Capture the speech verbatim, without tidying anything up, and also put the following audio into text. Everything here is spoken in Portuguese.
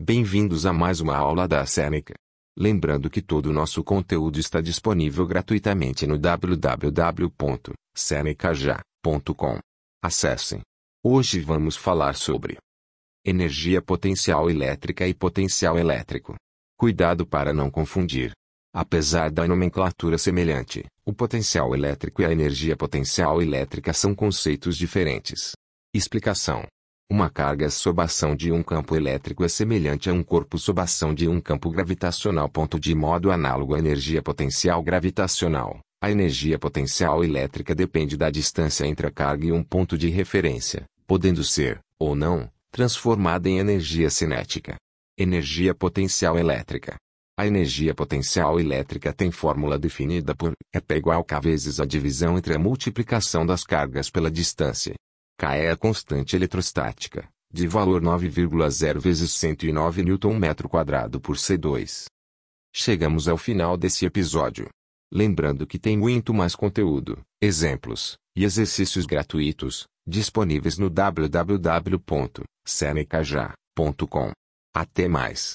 Bem-vindos a mais uma aula da Seneca. Lembrando que todo o nosso conteúdo está disponível gratuitamente no w w w ponto seneca já ponto com. Acessem. Hoje vamos falar sobre energia potencial elétrica e potencial elétrico. Cuidado para não confundir. Apesar da nomenclatura semelhante, o potencial elétrico e a energia potencial elétrica são conceitos diferentes. Explicação. Uma carga sob ação de um campo elétrico é semelhante a um corpo sob ação de um campo gravitacional. De modo análogo à energia potencial gravitacional, a energia potencial elétrica depende da distância entre a carga e um ponto de referência, podendo ser, ou não, transformada em energia cinética. Energia potencial elétrica. A energia potencial elétrica tem fórmula definida por E P igual K vezes a divisão entre a multiplicação das cargas pela distância. K é a constante eletrostática, de valor nove vírgula zero vezes cento e nove newton metro quadrado por C dois. Chegamos ao final desse episódio. Lembrando que tem muito mais conteúdo, exemplos e exercícios gratuitos, disponíveis no w w w ponto seneca já ponto com. Até mais!